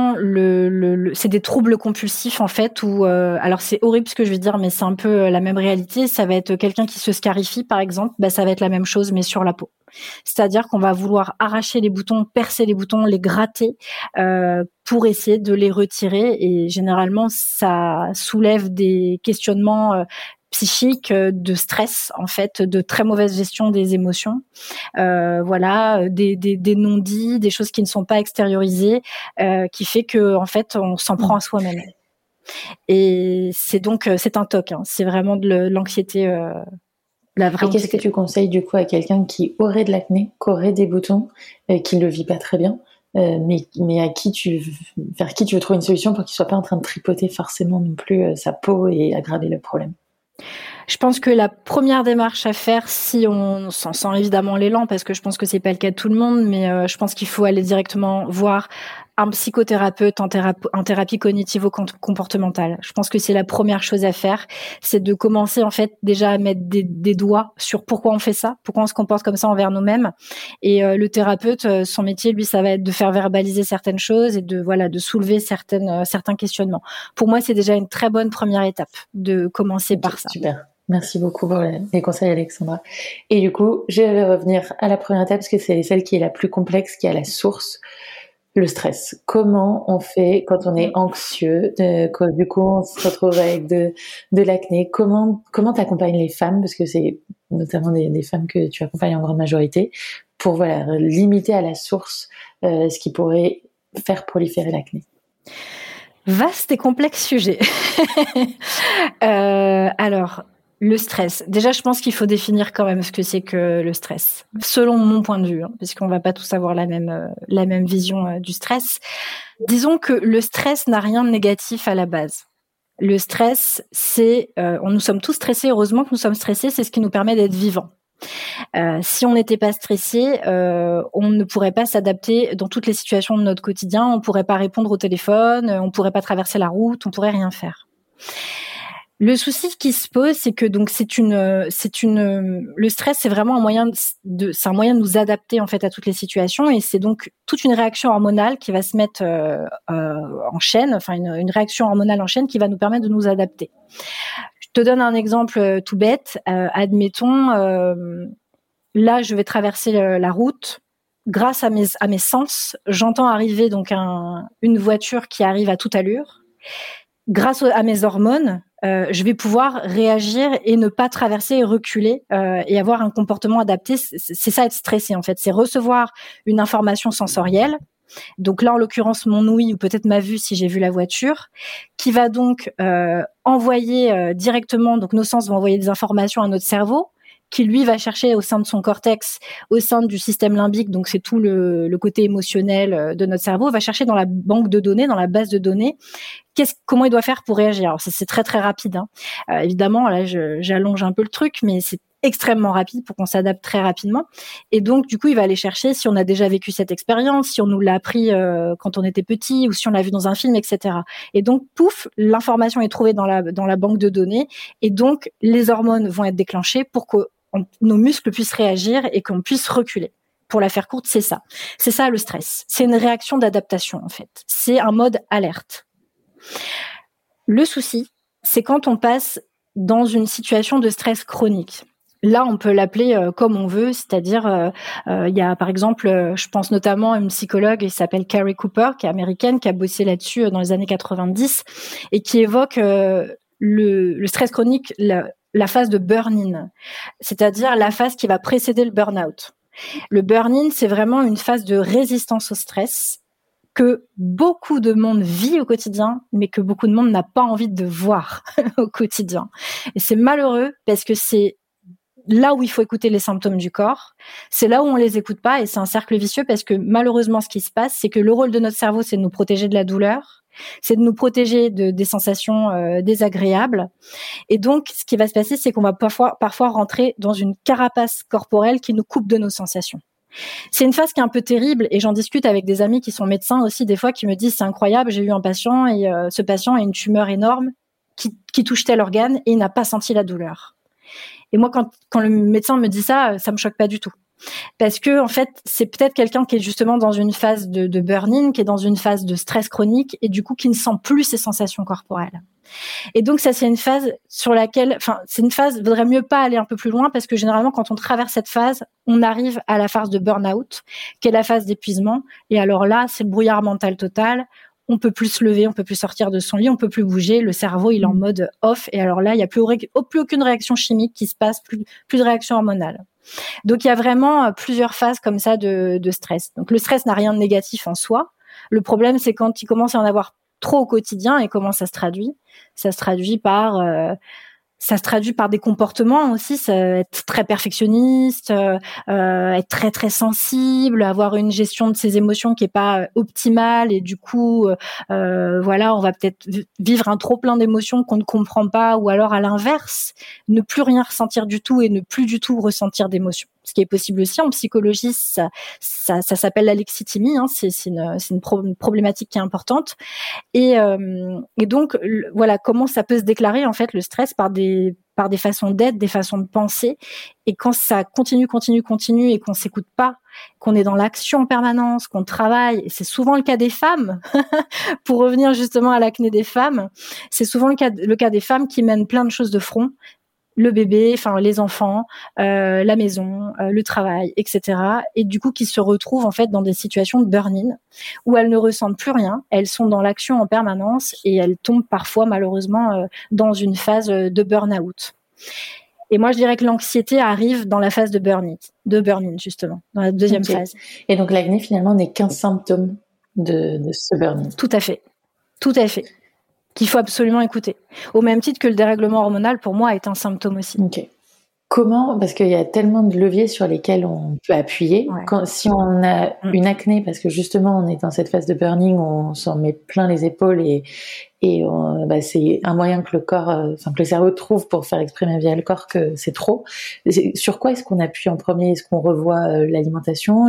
des troubles compulsifs en fait où alors c'est horrible ce que je vais dire mais c'est un peu la même réalité, ça va être quelqu'un qui se scarifie par exemple, ça va être la même chose mais sur la peau. C'est-à-dire qu'on va vouloir arracher les boutons, percer les boutons, les gratter pour essayer de les retirer et généralement ça soulève des questionnements psychique, de stress en fait, de très mauvaise gestion des émotions, voilà, des non-dits, des choses qui ne sont pas extériorisées, qui fait que en fait on s'en prend à soi-même. Et c'est donc c'est un TOC, hein, c'est vraiment de l'anxiété. La vraie. Et qu'est-ce que tu conseilles du coup à quelqu'un qui aurait de l'acné, qui aurait des boutons, qui le vit pas très bien, mais vers qui tu veux trouver une solution pour qu'il soit pas en train de tripoter forcément non plus sa peau et aggraver le problème? Je pense que la première démarche à faire, si on sans évidemment l'élan, parce que je pense que c'est pas le cas de tout le monde, mais je pense qu'il faut aller directement voir un psychothérapeute en thérapie cognitivo-comportementale. Je pense que c'est la première chose à faire, c'est de commencer en fait déjà à mettre des doigts sur pourquoi on fait ça, pourquoi on se comporte comme ça envers nous-mêmes. Et le thérapeute, son métier, lui, ça va être de faire verbaliser certaines choses et de soulever certains questionnements. Pour moi, c'est déjà une très bonne première étape de commencer par ça. Super. Merci beaucoup pour les conseils, Alexandra. Et du coup, je vais revenir à la première étape parce que c'est celle qui est la plus complexe, qui est à la source. Le stress. Comment on fait quand on est anxieux, du coup on se retrouve avec de l'acné? Comment t'accompagnes les femmes, parce que c'est notamment des femmes que tu accompagnes en grande majorité, pour limiter à la source ce qui pourrait faire proliférer l'acné? Vaste et complexe sujet. Alors, le stress. Déjà, je pense qu'il faut définir quand même ce que c'est que le stress, selon mon point de vue, hein, parce qu'on va pas tous avoir la même vision du stress. Disons que le stress n'a rien de négatif à la base. Le stress, c'est, nous sommes tous stressés. Heureusement que nous sommes stressés, c'est ce qui nous permet d'être vivants. Si on n'était pas stressé, on ne pourrait pas s'adapter dans toutes les situations de notre quotidien. On pourrait pas répondre au téléphone, on pourrait pas traverser la route, on pourrait rien faire. Le souci qui se pose, c'est que donc le stress, c'est vraiment un moyen c'est un moyen de nous adapter en fait à toutes les situations, et c'est donc toute une réaction hormonale qui va se mettre en chaîne, enfin une réaction hormonale en chaîne qui va nous permettre de nous adapter. Je te donne un exemple tout bête. Admettons, là, je vais traverser la route. Grâce à mes sens, j'entends arriver donc une voiture qui arrive à toute allure. Grâce à mes hormones, je vais pouvoir réagir et ne pas traverser et reculer et avoir un comportement adapté. C'est ça être stressé en fait, c'est recevoir une information sensorielle donc là en l'occurrence mon ouïe ou peut-être ma vue si j'ai vu la voiture, qui va donc envoyer directement, donc nos sens vont envoyer des informations à notre cerveau, qui lui va chercher au sein de son cortex, au sein du système limbique, donc c'est tout le côté émotionnel de notre cerveau, va chercher dans la banque de données, dans la base de données, comment il doit faire pour réagir. Alors c'est très très rapide, hein. Évidemment, là j'allonge un peu le truc, mais c'est extrêmement rapide pour qu'on s'adapte très rapidement. Et donc du coup, il va aller chercher si on a déjà vécu cette expérience, si on nous l'a appris quand on était petit, ou si on l'a vu dans un film, etc. Et donc pouf, l'information est trouvée dans la banque de données, et donc les hormones vont être déclenchées pour que nos muscles puissent réagir et qu'on puisse reculer. Pour la faire courte, c'est ça. C'est ça le stress. C'est une réaction d'adaptation en fait. C'est un mode alerte. Le souci, c'est quand on passe dans une situation de stress chronique. Là, on peut l'appeler comme on veut, c'est-à-dire, il y a par exemple, je pense notamment à une psychologue, elle s'appelle Carrie Cooper, qui est américaine, qui a bossé là-dessus dans les années 90 et qui évoque le stress chronique, la phase de burn-in, c'est-à-dire la phase qui va précéder le burn-out. Le burn-in, c'est vraiment une phase de résistance au stress que beaucoup de monde vit au quotidien, mais que beaucoup de monde n'a pas envie de voir au quotidien. Et c'est malheureux parce que c'est là où il faut écouter les symptômes du corps, c'est là où on les écoute pas, et c'est un cercle vicieux parce que malheureusement ce qui se passe, c'est que le rôle de notre cerveau, c'est de nous protéger de la douleur, c'est de nous protéger des sensations désagréables, et donc ce qui va se passer, c'est qu'on va parfois rentrer dans une carapace corporelle qui nous coupe de nos sensations. C'est une phase qui est un peu terrible, et j'en discute avec des amis qui sont médecins aussi des fois, qui me disent c'est incroyable, j'ai eu un patient et ce patient a une tumeur énorme qui touche tel organe et il n'a pas senti la douleur. Et moi, quand le médecin me dit ça, ça me choque pas du tout. Parce que, en fait, c'est peut-être quelqu'un qui est justement dans une phase de burn-in, qui est dans une phase de stress chronique et du coup, qui ne sent plus ses sensations corporelles. Et donc, ça, c'est une phase sur laquelle, vaudrait mieux pas aller un peu plus loin parce que généralement, quand on traverse cette phase, on arrive à la phase de burn-out, qui est la phase d'épuisement. Et alors là, c'est le brouillard mental total. On peut plus se lever, on peut plus sortir de son lit, on peut plus bouger, le cerveau il est en mode off, et alors là il y a plus aucune réaction chimique qui se passe, plus de réaction hormonale. Donc il y a vraiment plusieurs phases comme ça de stress. Donc le stress n'a rien de négatif en soi. Le problème c'est quand il commence à en avoir trop au quotidien. Et comment ça se traduit ? Ça se traduit par des comportements aussi, être très perfectionniste, être très très sensible, avoir une gestion de ses émotions qui est pas optimale, et du coup on va peut-être vivre un trop plein d'émotions qu'on ne comprend pas, ou alors à l'inverse, ne plus rien ressentir du tout et ne plus du tout ressentir d'émotions. Ce qui est possible aussi en psychologie, ça s'appelle l'alexithymie, hein, c'est une problématique qui est importante. Et donc voilà comment ça peut se déclarer en fait le stress par des façons d'être, des façons de penser. Et quand ça continue et qu'on s'écoute pas, qu'on est dans l'action en permanence, qu'on travaille, et c'est souvent le cas des femmes. Pour revenir justement à l'acné des femmes, c'est souvent le cas des femmes qui mènent plein de choses de front. Le bébé, les enfants, la maison, le travail, etc. Et du coup, qui se retrouvent en fait dans des situations de burn-in où elles ne ressentent plus rien, elles sont dans l'action en permanence et elles tombent parfois malheureusement dans une phase de burn-out. Et moi, je dirais que l'anxiété arrive dans la phase de burn-in justement, dans la deuxième phase. Et donc l'acné finalement n'est qu'un symptôme de ce burn-in. Tout à fait. Qu'il faut absolument écouter. Au même titre que le dérèglement hormonal, pour moi, est un symptôme aussi. Ok. Comment, parce qu'il y a tellement de leviers sur lesquels on peut appuyer, si on a une acné, parce que justement on est dans cette phase de burning où on s'en met plein les épaules et c'est un moyen que le cerveau trouve pour faire exprimer via le corps que c'est trop. Sur quoi est-ce qu'on appuie en premier ? Est-ce qu'on revoit l'alimentation ?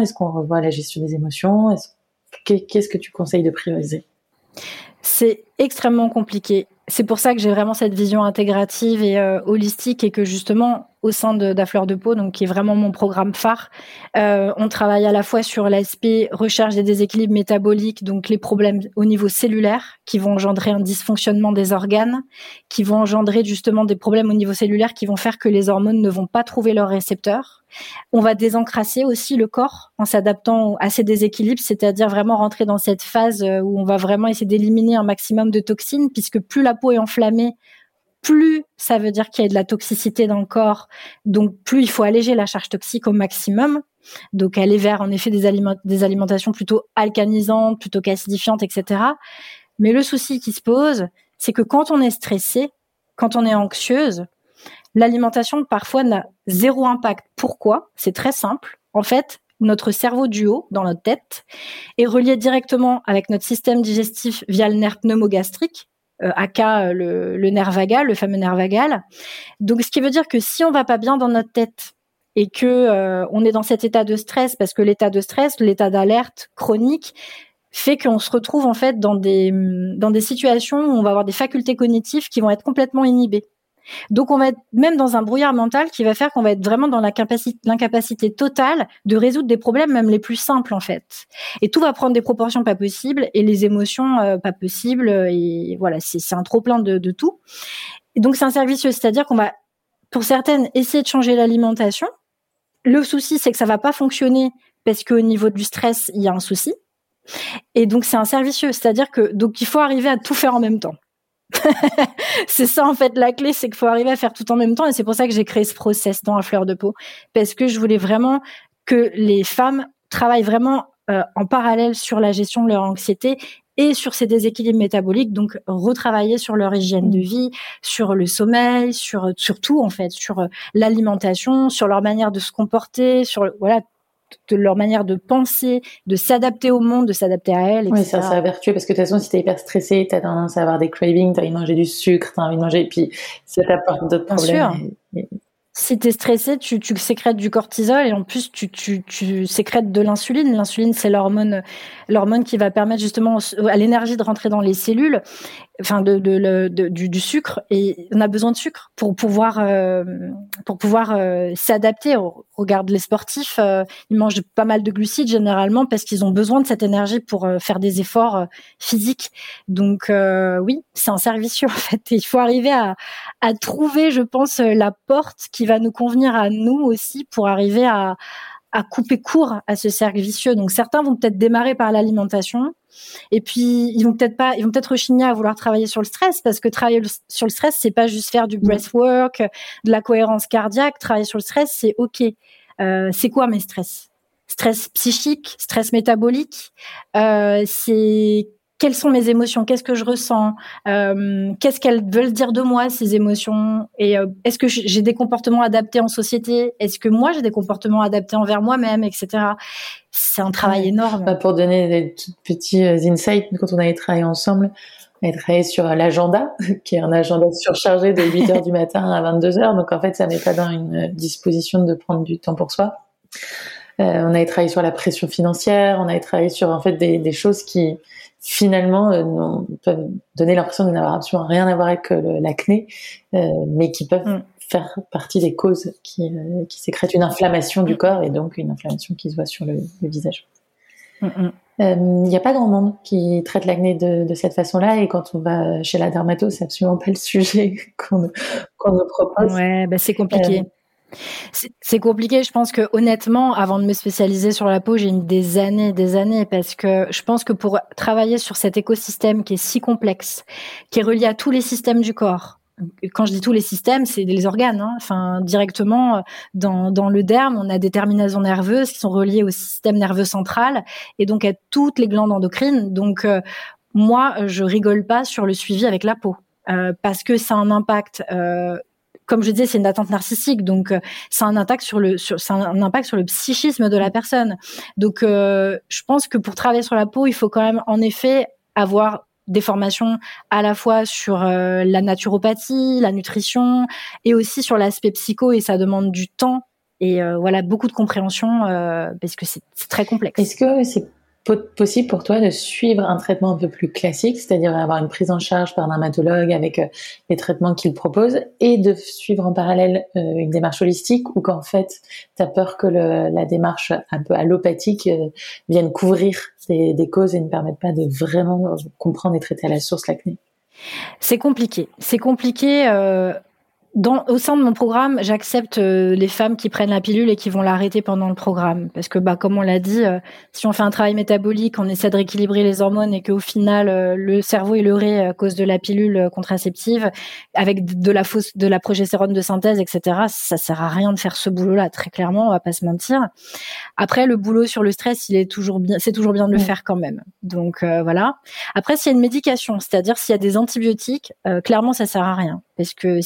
Est-ce qu'on revoit la gestion des émotions ? Qu'est-ce que tu conseilles de prioriser ? C'est extrêmement compliqué. C'est pour ça que j'ai vraiment cette vision intégrative et holistique, et que justement, au sein d'À Fleur de Peau, donc qui est vraiment mon programme phare, on travaille à la fois sur l'aspect recherche des déséquilibres métaboliques, donc les problèmes au niveau cellulaire qui vont engendrer un dysfonctionnement des organes, qui vont engendrer justement des problèmes au niveau cellulaire qui vont faire que les hormones ne vont pas trouver leurs récepteurs. On va désencrasser aussi le corps en s'adaptant à ces déséquilibres, c'est-à-dire vraiment rentrer dans cette phase où on va vraiment essayer d'éliminer un maximum de toxines, puisque plus la peau est enflammée, plus ça veut dire qu'il y a de la toxicité dans le corps, donc plus il faut alléger la charge toxique au maximum. Donc aller vers en effet des alimentations plutôt alcalisantes, plutôt qu'acidifiantes, etc. Mais le souci qui se pose, c'est que quand on est stressé, quand on est anxieuse, l'alimentation parfois n'a zéro impact. Pourquoi ? C'est très simple. En fait, notre cerveau du haut, dans notre tête, est relié directement avec notre système digestif via le nerf pneumogastrique, aka le nerf vagal, le fameux nerf vagal. Donc, ce qui veut dire que si on va pas bien dans notre tête et que on est dans cet état de stress, parce que l'état de stress, l'état d'alerte chronique, fait qu'on se retrouve en fait dans des situations où on va avoir des facultés cognitives qui vont être complètement inhibées. Donc, on va être même dans un brouillard mental qui va faire qu'on va être vraiment dans l'incapacité totale de résoudre des problèmes, même les plus simples, en fait. Et tout va prendre des proportions pas possibles et les émotions pas possibles. Et voilà, c'est un trop-plein de tout. Et donc, c'est un cercle vicieux. C'est-à-dire qu'on va, pour certaines, essayer de changer l'alimentation. Le souci, c'est que ça va pas fonctionner parce qu'au niveau du stress, il y a un souci. Et donc, c'est un cercle vicieux. C'est-à-dire que, donc, il faut arriver à tout faire en même temps. C'est ça en fait la clé, c'est qu'il faut arriver à faire tout en même temps et c'est pour ça que j'ai créé ce process dans À Fleur de Peau parce que je voulais vraiment que les femmes travaillent vraiment en parallèle sur la gestion de leur anxiété et sur ces déséquilibres métaboliques, donc retravailler sur leur hygiène de vie, sur le sommeil, sur tout en fait, sur l'alimentation, sur leur manière de se comporter, sur voilà de leur manière de penser, de s'adapter au monde, de s'adapter à elles, etc. Oui, c'est vertueux parce que de toute façon, si t'es hyper stressé, t'as tendance à avoir des cravings, t'as envie de manger du sucre, t'as envie de manger, et puis ça t'apporte d'autres problèmes. Bien sûr. Si t'es stressé, tu sécrètes du cortisol et en plus tu sécrètes de l'insuline. L'insuline, c'est l'hormone qui va permettre justement à l'énergie de rentrer dans les cellules, enfin du sucre. Et on a besoin de sucre pour pouvoir s'adapter. Regarde les sportifs, ils mangent pas mal de glucides généralement parce qu'ils ont besoin de cette énergie pour faire des efforts physiques. Donc oui, c'est un cercle vicieux en fait. Et il faut arriver à trouver, je pense, la porte qui va nous convenir à nous aussi pour arriver à couper court à ce cercle vicieux. Donc certains vont peut-être démarrer par l'alimentation et puis ils vont peut-être rechigner à vouloir travailler sur le stress parce que travailler sur le stress, c'est pas juste faire du breathwork, de la cohérence cardiaque. Travailler sur le stress, c'est OK. C'est quoi mes stress ? Stress psychique, stress métabolique, c'est quelles sont mes émotions, qu'est-ce que je ressens, qu'est-ce qu'elles veulent dire de moi ces émotions, et est-ce que j'ai des comportements adaptés en société, est-ce que moi j'ai des comportements adaptés envers moi-même, etc. C'est un travail énorme. Pour donner des petits insights, quand on avait travaillé ensemble, on avait travaillé sur l'agenda, qui est un agenda surchargé de 8h du matin à 22h, donc en fait ça met pas dans une disposition de prendre du temps pour soi. On avait travaillé sur la pression financière, on avait travaillé sur en fait des choses qui finalement peuvent donner l'impression de n'avoir absolument rien à voir avec l'acné, mais qui peuvent faire partie des causes qui sécrètent une inflammation du corps et donc une inflammation qui se voit sur le visage. Il n'y a pas grand monde qui traite l'acné de cette façon-là et quand on va chez la dermato, c'est absolument pas le sujet qu'on nous propose. Ouais, c'est compliqué. C'est compliqué. Je pense que honnêtement, avant de me spécialiser sur la peau, j'ai mis des années, parce que je pense que pour travailler sur cet écosystème qui est si complexe, qui est relié à tous les systèmes du corps. Quand je dis tous les systèmes, c'est les organes. Enfin, directement dans le derme, on a des terminaisons nerveuses qui sont reliées au système nerveux central et donc à toutes les glandes endocrines. Donc moi, je rigole pas sur le suivi avec la peau parce que ça a un impact. Comme je disais, c'est une attente narcissique, donc c'est un impact sur le psychisme de la personne. Donc, je pense que pour travailler sur la peau, il faut quand même, en effet, avoir des formations à la fois sur la naturopathie, la nutrition, et aussi sur l'aspect psycho, et ça demande du temps et voilà beaucoup de compréhension parce que c'est très complexe. Est-ce que c'est possible pour toi de suivre un traitement un peu plus classique, c'est-à-dire avoir une prise en charge par un dermatologue avec les traitements qu'il propose et de suivre en parallèle une démarche holistique ou qu'en fait tu as peur que la démarche un peu allopathique vienne couvrir des causes et ne permette pas de vraiment comprendre et traiter à la source l'acné? C'est compliqué. au sein de mon programme, j'accepte les femmes qui prennent la pilule et qui vont l'arrêter pendant le programme. Parce que, comme on l'a dit, si on fait un travail métabolique, on essaie de rééquilibrer les hormones et qu'au final, le cerveau est leurré à cause de la pilule contraceptive, avec de la progestérone de synthèse, etc., ça sert à rien de faire ce boulot-là, très clairement, on va pas se mentir. Après, le boulot sur le stress, c'est toujours bien de le faire quand même. Donc, voilà. Après, s'il y a une médication, c'est-à-dire s'il y a des antibiotiques, clairement, ça sert à rien. Parce que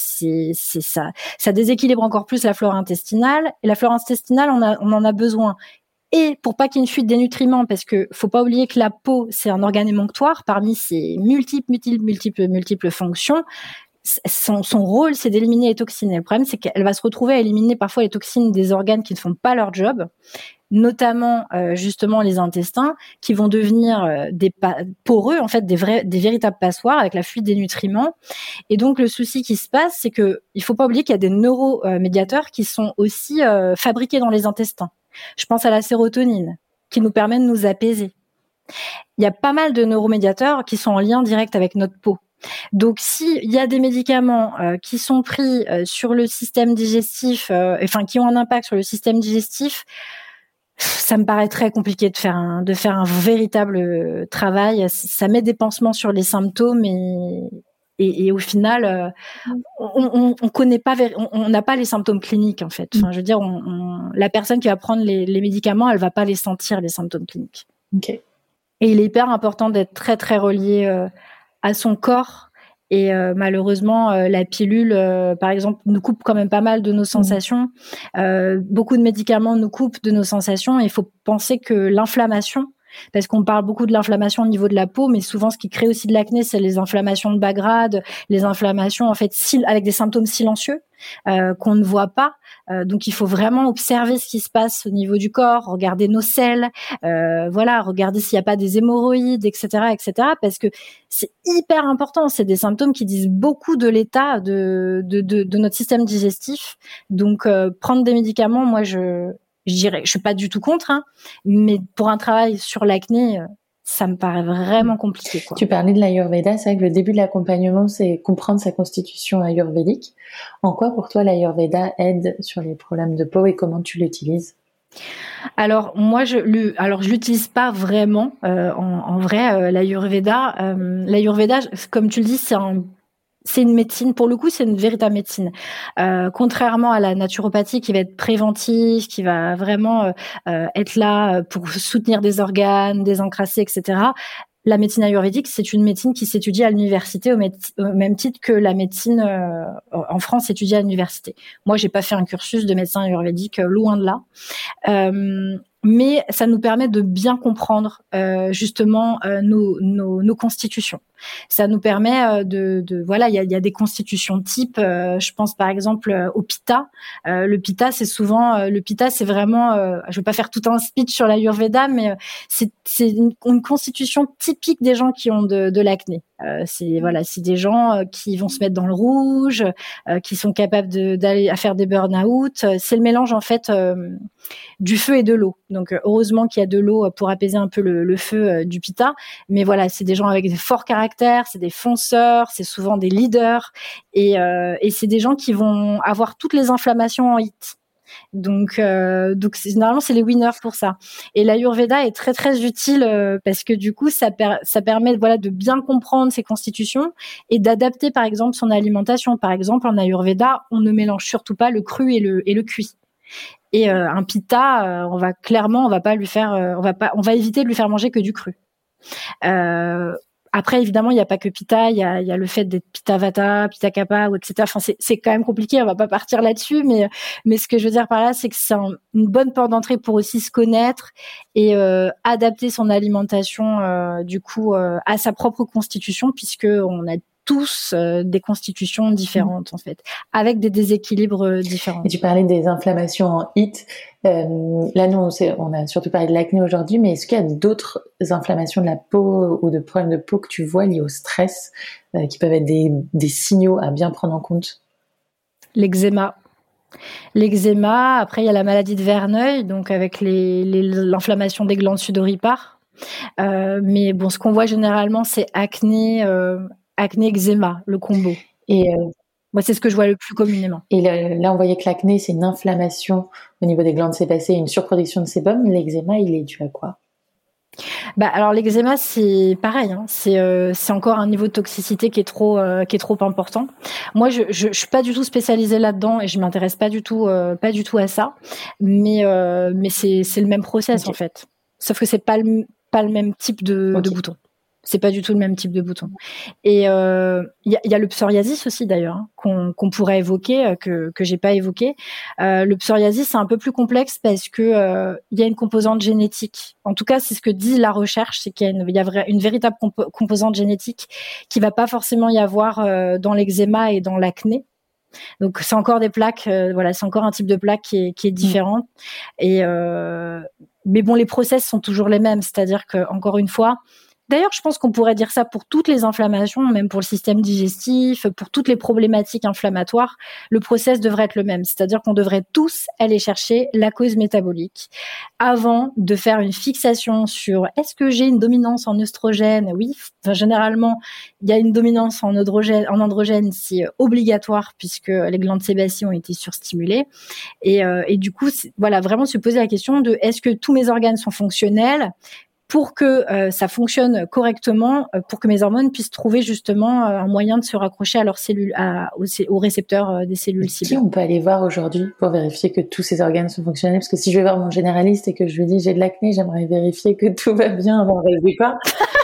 ça déséquilibre encore plus la flore intestinale. Et la flore intestinale, on en a besoin. Et pour pas qu'il y ait une fuite des nutriments, parce que faut pas oublier que la peau, c'est un organe émonctoire parmi ses multiples fonctions. Son rôle, c'est d'éliminer les toxines. Et le problème, c'est qu'elle va se retrouver à éliminer parfois les toxines des organes qui ne font pas leur job, notamment justement les intestins, qui vont devenir poreux, en fait, des véritables passoires avec la fuite des nutriments. Et donc le souci qui se passe, c'est que il faut pas oublier qu'il y a des neuromédiateurs qui sont aussi fabriqués dans les intestins. Je pense à la sérotonine, qui nous permet de nous apaiser. Il y a pas mal de neuromédiateurs qui sont en lien direct avec notre peau. Donc, s'il y a des médicaments qui sont pris sur le système digestif, qui ont un impact sur le système digestif, ça me paraît très compliqué de faire un véritable travail. Ça met des pansements sur les symptômes et au final, on connaît pas, on n'a pas les symptômes cliniques en fait. Enfin, je veux dire, la personne qui va prendre les médicaments, elle va pas les sentir les symptômes cliniques. Ok. Et il est hyper important d'être très très relié à son corps. Et malheureusement, la pilule, par exemple, nous coupe quand même pas mal de nos sensations. Beaucoup de médicaments nous coupent de nos sensations. Et il faut penser que l'inflammation, parce qu'on parle beaucoup de l'inflammation au niveau de la peau, mais souvent ce qui crée aussi de l'acné, c'est les inflammations de bas grade, les inflammations en fait avec des symptômes silencieux qu'on ne voit pas. Donc il faut vraiment observer ce qui se passe au niveau du corps, regarder nos selles, regarder s'il n'y a pas des hémorroïdes, etc., parce que c'est hyper important. C'est des symptômes qui disent beaucoup de l'état de notre système digestif. Donc prendre des médicaments, moi je dirais, je suis pas du tout contre, mais pour un travail sur l'acné, ça me paraît vraiment compliqué, quoi. Tu parlais de l'Ayurveda, c'est vrai que le début de l'accompagnement, c'est comprendre sa constitution ayurvédique. En quoi, pour toi, l'Ayurveda aide sur les problèmes de peau et comment tu l'utilises? Alors moi, je l'utilise pas vraiment. En vrai, l'Ayurveda, comme tu le dis, c'est une médecine, pour le coup, c'est une véritable médecine. Contrairement à la naturopathie qui va être préventive, qui va vraiment être là pour soutenir des organes, désencrasser, etc. La médecine ayurvédique, c'est une médecine qui s'étudie à l'université au même titre que la médecine en France s'étudie à l'université. Moi, j'ai pas fait un cursus de médecin ayurvédique, loin de là. Mais ça nous permet de bien comprendre justement nos constitutions. Ça nous permet il y a des constitutions types. Je pense par exemple au Pitta. Le Pitta, c'est vraiment. Je vais pas faire tout un speech sur l'Ayurveda, mais c'est une constitution typique des gens qui ont de l'acné. C'est des gens qui vont se mettre dans le rouge, qui sont capables d'aller à faire des burn-out. C'est le mélange en fait du feu et de l'eau. Donc heureusement qu'il y a de l'eau pour apaiser un peu le feu du Pitta. Mais voilà, c'est des gens avec des forts caractères, c'est des fonceurs, c'est souvent des leaders et c'est des gens qui vont avoir toutes les inflammations en hit. Donc généralement c'est les winners pour ça. Et l'Ayurveda est très très utile parce que du coup ça permet de bien comprendre ses constitutions et d'adapter par exemple son alimentation. Par exemple en Ayurveda, on ne mélange surtout pas le cru et le cuit. Et un pitta, on va éviter de lui faire manger que du cru. Après, évidemment, il n'y a pas que pitta, il y a le fait d'être pitta vata, pitta kapha, ou etc. Enfin, c'est quand même compliqué, on va pas partir là-dessus, mais ce que je veux dire par là, c'est que c'est une bonne porte d'entrée pour aussi se connaître et adapter son alimentation, à sa propre constitution, puisque on a tous des constitutions différentes en fait, avec des déséquilibres différents. Et tu parlais des inflammations en HIT. Là, nous, on a surtout parlé de l'acné aujourd'hui, mais est-ce qu'il y a d'autres inflammations de la peau ou de problèmes de peau que tu vois liés au stress qui peuvent être des signaux à bien prendre en compte? L'eczéma, après il y a la maladie de Verneuil, donc avec l'inflammation des glandes sudoripares. Mais bon, ce qu'on voit généralement, c'est acné, eczéma, le combo. Et Moi, c'est ce que je vois le plus communément. Et là, on voyait que l'acné, c'est une inflammation au niveau des glandes sébacées, une surproduction de sébum. L'eczéma, il est dû à quoi? Alors l'eczéma, c'est pareil, hein. C'est encore un niveau de toxicité qui est trop important. Moi, je suis pas du tout spécialisée là-dedans et je m'intéresse pas du tout à ça. Mais c'est le même process en fait. Sauf que c'est pas le même type de bouton. C'est pas du tout le même type de bouton. Et il y a le psoriasis aussi d'ailleurs, hein, qu'on pourrait évoquer, que j'ai pas évoqué. Le psoriasis, c'est un peu plus complexe parce que il y a une composante génétique. En tout cas, c'est ce que dit la recherche, c'est qu'il y a une véritable composante génétique qui va pas forcément y avoir dans l'eczéma et dans l'acné. Donc c'est encore des plaques, c'est encore un type de plaque qui est différent. Mais bon, les process sont toujours les mêmes, c'est-à-dire que encore une fois. D'ailleurs, je pense qu'on pourrait dire ça pour toutes les inflammations, même pour le système digestif, pour toutes les problématiques inflammatoires. Le process devrait être le même, c'est-à-dire qu'on devrait tous aller chercher la cause métabolique avant de faire une fixation sur est-ce que j'ai une dominance en œstrogène. Oui, généralement, il y a une dominance en androgène, c'est obligatoire puisque les glandes sébacées ont été surstimulées. Et du coup, vraiment se poser la question de est-ce que tous mes organes sont fonctionnels pour que ça fonctionne correctement, pour que mes hormones puissent trouver justement un moyen de se raccrocher à leurs cellules, aux récepteurs des cellules cibles. Qui on peut aller voir aujourd'hui pour vérifier que tous ces organes sont fonctionnels? Parce que si je vais voir mon généraliste et que je lui dis j'ai de l'acné, j'aimerais vérifier que tout va bien avant de résoudre pas.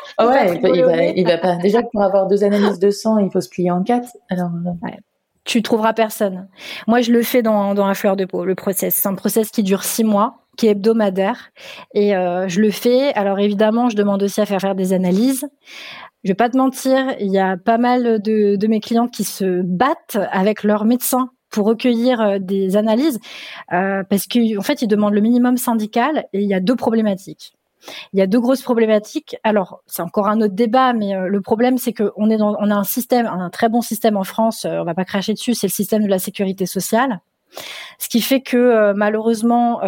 Il va pas. Déjà pour avoir 2 analyses de sang, il faut se plier en 4. Alors. Ouais. Tu trouveras personne. Moi, je le fais dans la fleur de peau, le process. C'est un process qui dure 6 mois, qui est hebdomadaire. Et je le fais. Alors évidemment, je demande aussi à faire des analyses. Je vais pas te mentir, il y a pas mal de mes clientes qui se battent avec leur médecin pour recueillir des analyses parce qu'en fait, ils demandent le minimum syndical et il y a 2 problématiques. Il y a 2 grosses problématiques. Alors, c'est encore un autre débat, mais le problème, c'est que on a un système, un très bon système en France. On va pas cracher dessus. C'est le système de la sécurité sociale, ce qui fait que malheureusement,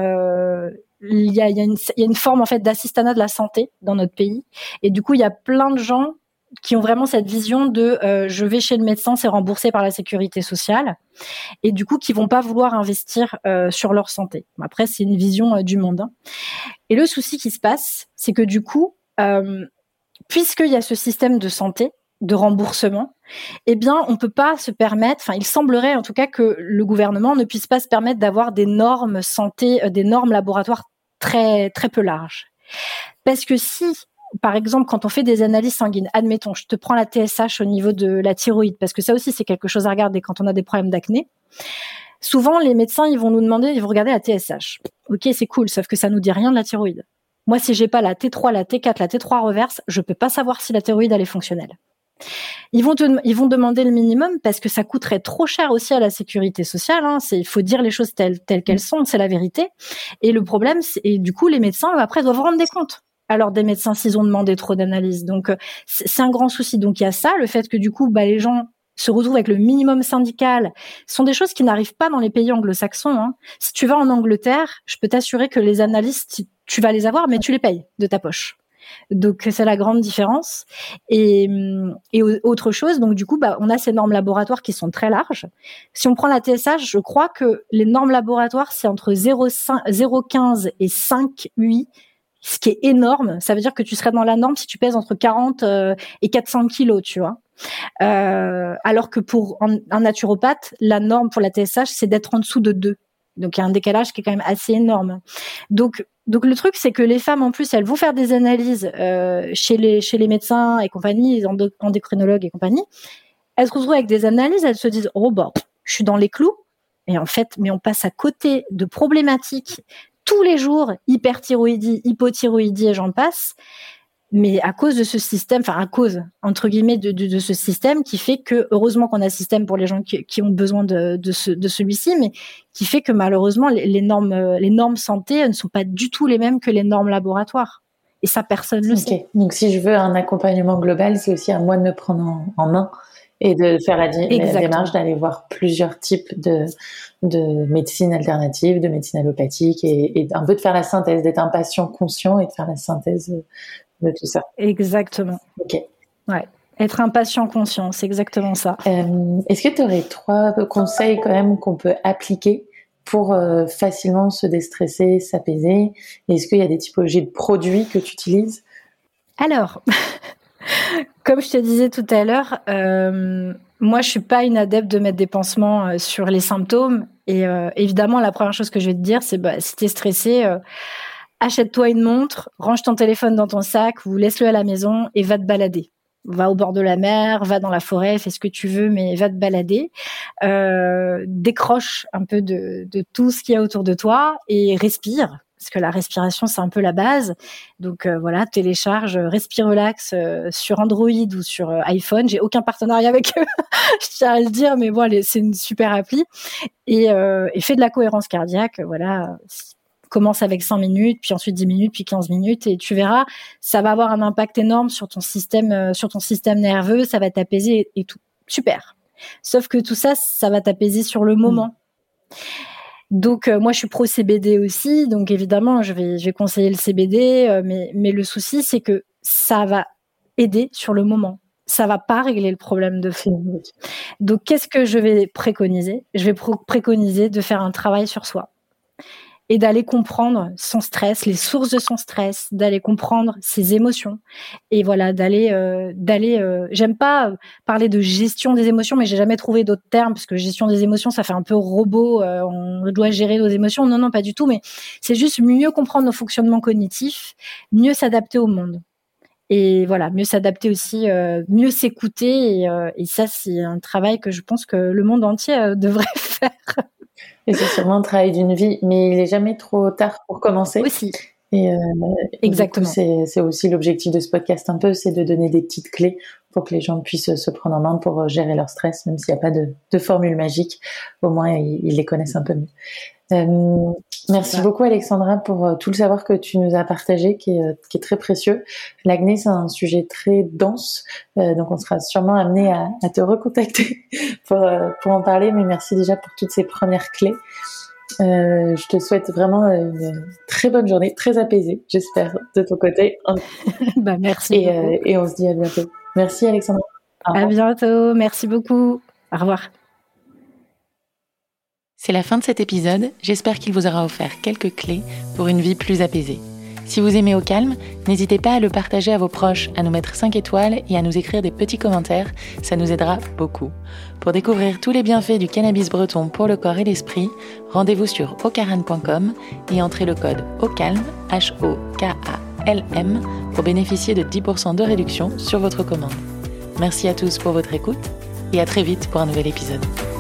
il y a une forme en fait d'assistanat de la santé dans notre pays. Et du coup, il y a plein de gens qui ont vraiment cette vision de je vais chez le médecin, c'est remboursé par la sécurité sociale, et du coup qui vont pas vouloir investir sur leur santé. Après, c'est une vision du monde. Hein. Et le souci qui se passe, c'est que du coup, puisqu'il y a ce système de santé, de remboursement, eh bien, on peut pas se permettre, enfin, il semblerait en tout cas que le gouvernement ne puisse pas se permettre d'avoir des normes santé, des normes laboratoires très, très peu larges. Parce que si, par exemple, quand on fait des analyses sanguines, admettons, je te prends la TSH au niveau de la thyroïde, parce que ça aussi, c'est quelque chose à regarder quand on a des problèmes d'acné. Souvent, les médecins, ils vont nous demander, ils vont regarder la TSH. Ok, c'est cool, sauf que ça nous dit rien de la thyroïde. Moi, si j'ai pas la T3, la T4, la T3 reverse, je peux pas savoir si la thyroïde, elle est fonctionnelle. Ils vont demander le minimum parce que ça coûterait trop cher aussi à la sécurité sociale. Hein. Il faut dire les choses telles qu'elles sont, c'est la vérité. Et le problème, et du coup, les médecins, après, doivent rendre des comptes. Alors des médecins, s'ils ont demandé trop d'analyses. Donc, c'est un grand souci. Donc, il y a ça, le fait que du coup, les gens se retrouvent avec le minimum syndical. Ce sont des choses qui n'arrivent pas dans les pays anglo-saxons. Hein. Si tu vas en Angleterre, je peux t'assurer que les analyses, tu vas les avoir, mais tu les payes de ta poche. Donc c'est la grande différence. Et autre chose, donc du coup, on a ces normes laboratoires qui sont très larges. Si on prend la TSH, je crois que les normes laboratoires, c'est entre 0,15 et 5,8, ce qui est énorme. Ça veut dire que tu serais dans la norme si tu pèses entre 40 et 400 kilos, tu vois. Alors que pour un naturopathe, la norme pour la TSH, c'est d'être en dessous de 2. Donc il y a un décalage qui est quand même assez énorme. Donc le truc, c'est que les femmes, en plus, elles vont faire des analyses chez les médecins et compagnie, les endocrinologues et compagnie. Elles se retrouvent avec des analyses, elles se disent « Oh, je suis dans les clous ». Et en fait, mais on passe à côté de problématiques tous les jours, hyperthyroïdie, hypothyroïdie et j'en passe. Mais à cause de ce système, enfin à cause entre guillemets de ce système qui fait que heureusement qu'on a un système pour les gens qui ont besoin de celui-ci, mais qui fait que malheureusement les normes santé ne sont pas du tout les mêmes que les normes laboratoires. Et ça, personne le sait. Donc si je veux un accompagnement global, c'est aussi à moi de me prendre en main et de faire la démarche d'aller voir plusieurs types de médecine alternative, de médecine allopathique et un peu de faire la synthèse, d'être un patient conscient et de faire la synthèse de tout ça. Exactement. Ok. Ouais. Être un patient conscient, c'est exactement ça. Est-ce que tu aurais 3 conseils quand même qu'on peut appliquer pour facilement se déstresser, s'apaiser? Est-ce qu'il y a des typologies de produits que tu utilises? Alors, comme je te disais tout à l'heure, moi je suis pas une adepte de mettre des pansements sur les symptômes. Et évidemment, la première chose que je vais te dire, c'est si t'es stressé, achète-toi une montre, range ton téléphone dans ton sac ou laisse-le à la maison et va te balader. Va au bord de la mer, va dans la forêt, fais ce que tu veux, mais va te balader. Décroche un peu de tout ce qu'il y a autour de toi et respire. Parce que la respiration, c'est un peu la base. Donc voilà, télécharge Respire Relax sur Android ou sur iPhone. J'ai aucun partenariat avec eux, je tiens à le dire, mais bon, c'est une super appli. Et fais de la cohérence cardiaque. Voilà, commence avec 5 minutes, puis ensuite 10 minutes, puis 15 minutes, et tu verras, ça va avoir un impact énorme sur ton système nerveux. Ça va t'apaiser et tout. Super. Sauf que tout ça, ça va t'apaiser sur le moment. Donc moi je suis pro CBD aussi, donc évidemment je vais conseiller le CBD, mais le souci c'est que ça va aider sur le moment, ça va pas régler le problème de fond. Donc qu'est-ce que je vais préconiser? Je vais préconiser de faire un travail sur soi et d'aller comprendre son stress, les sources de son stress, d'aller comprendre ses émotions et voilà, d'aller j'aime pas parler de gestion des émotions, mais j'ai jamais trouvé d'autres termes parce que gestion des émotions ça fait un peu robot, on doit gérer nos émotions. Non, pas du tout, mais c'est juste mieux comprendre nos fonctionnements cognitifs, mieux s'adapter au monde. Et voilà, mieux s'adapter aussi, mieux s'écouter et ça c'est un travail que je pense que le monde entier devrait faire. Et c'est sûrement un travail d'une vie, mais il est jamais trop tard pour commencer. Aussi. Et exactement. Du coup, c'est aussi l'objectif de ce podcast un peu, c'est de donner des petites clés pour que les gens puissent se prendre en main pour gérer leur stress, même s'il n'y a pas de formule magique, au moins ils les connaissent un peu mieux. Merci beaucoup Alexandra pour tout le savoir que tu nous as partagé, qui est très précieux. L'acné, c'est un sujet très dense, donc on sera sûrement amené à te recontacter pour en parler, mais merci déjà pour toutes ces premières clés. Je te souhaite vraiment une très bonne journée, très apaisée, j'espère, de ton côté. Merci. Et on se dit à bientôt. Merci Alexandra. À bientôt, merci beaucoup. Au revoir. C'est la fin de cet épisode, j'espère qu'il vous aura offert quelques clés pour une vie plus apaisée. Si vous aimez Au Calme, n'hésitez pas à le partager à vos proches, à nous mettre 5 étoiles et à nous écrire des petits commentaires, ça nous aidera beaucoup. Pour découvrir tous les bienfaits du cannabis breton pour le corps et l'esprit, rendez-vous sur ocaran.com et entrez le code AUCALM, HOKALM, pour bénéficier de 10% de réduction sur votre commande. Merci à tous pour votre écoute et à très vite pour un nouvel épisode.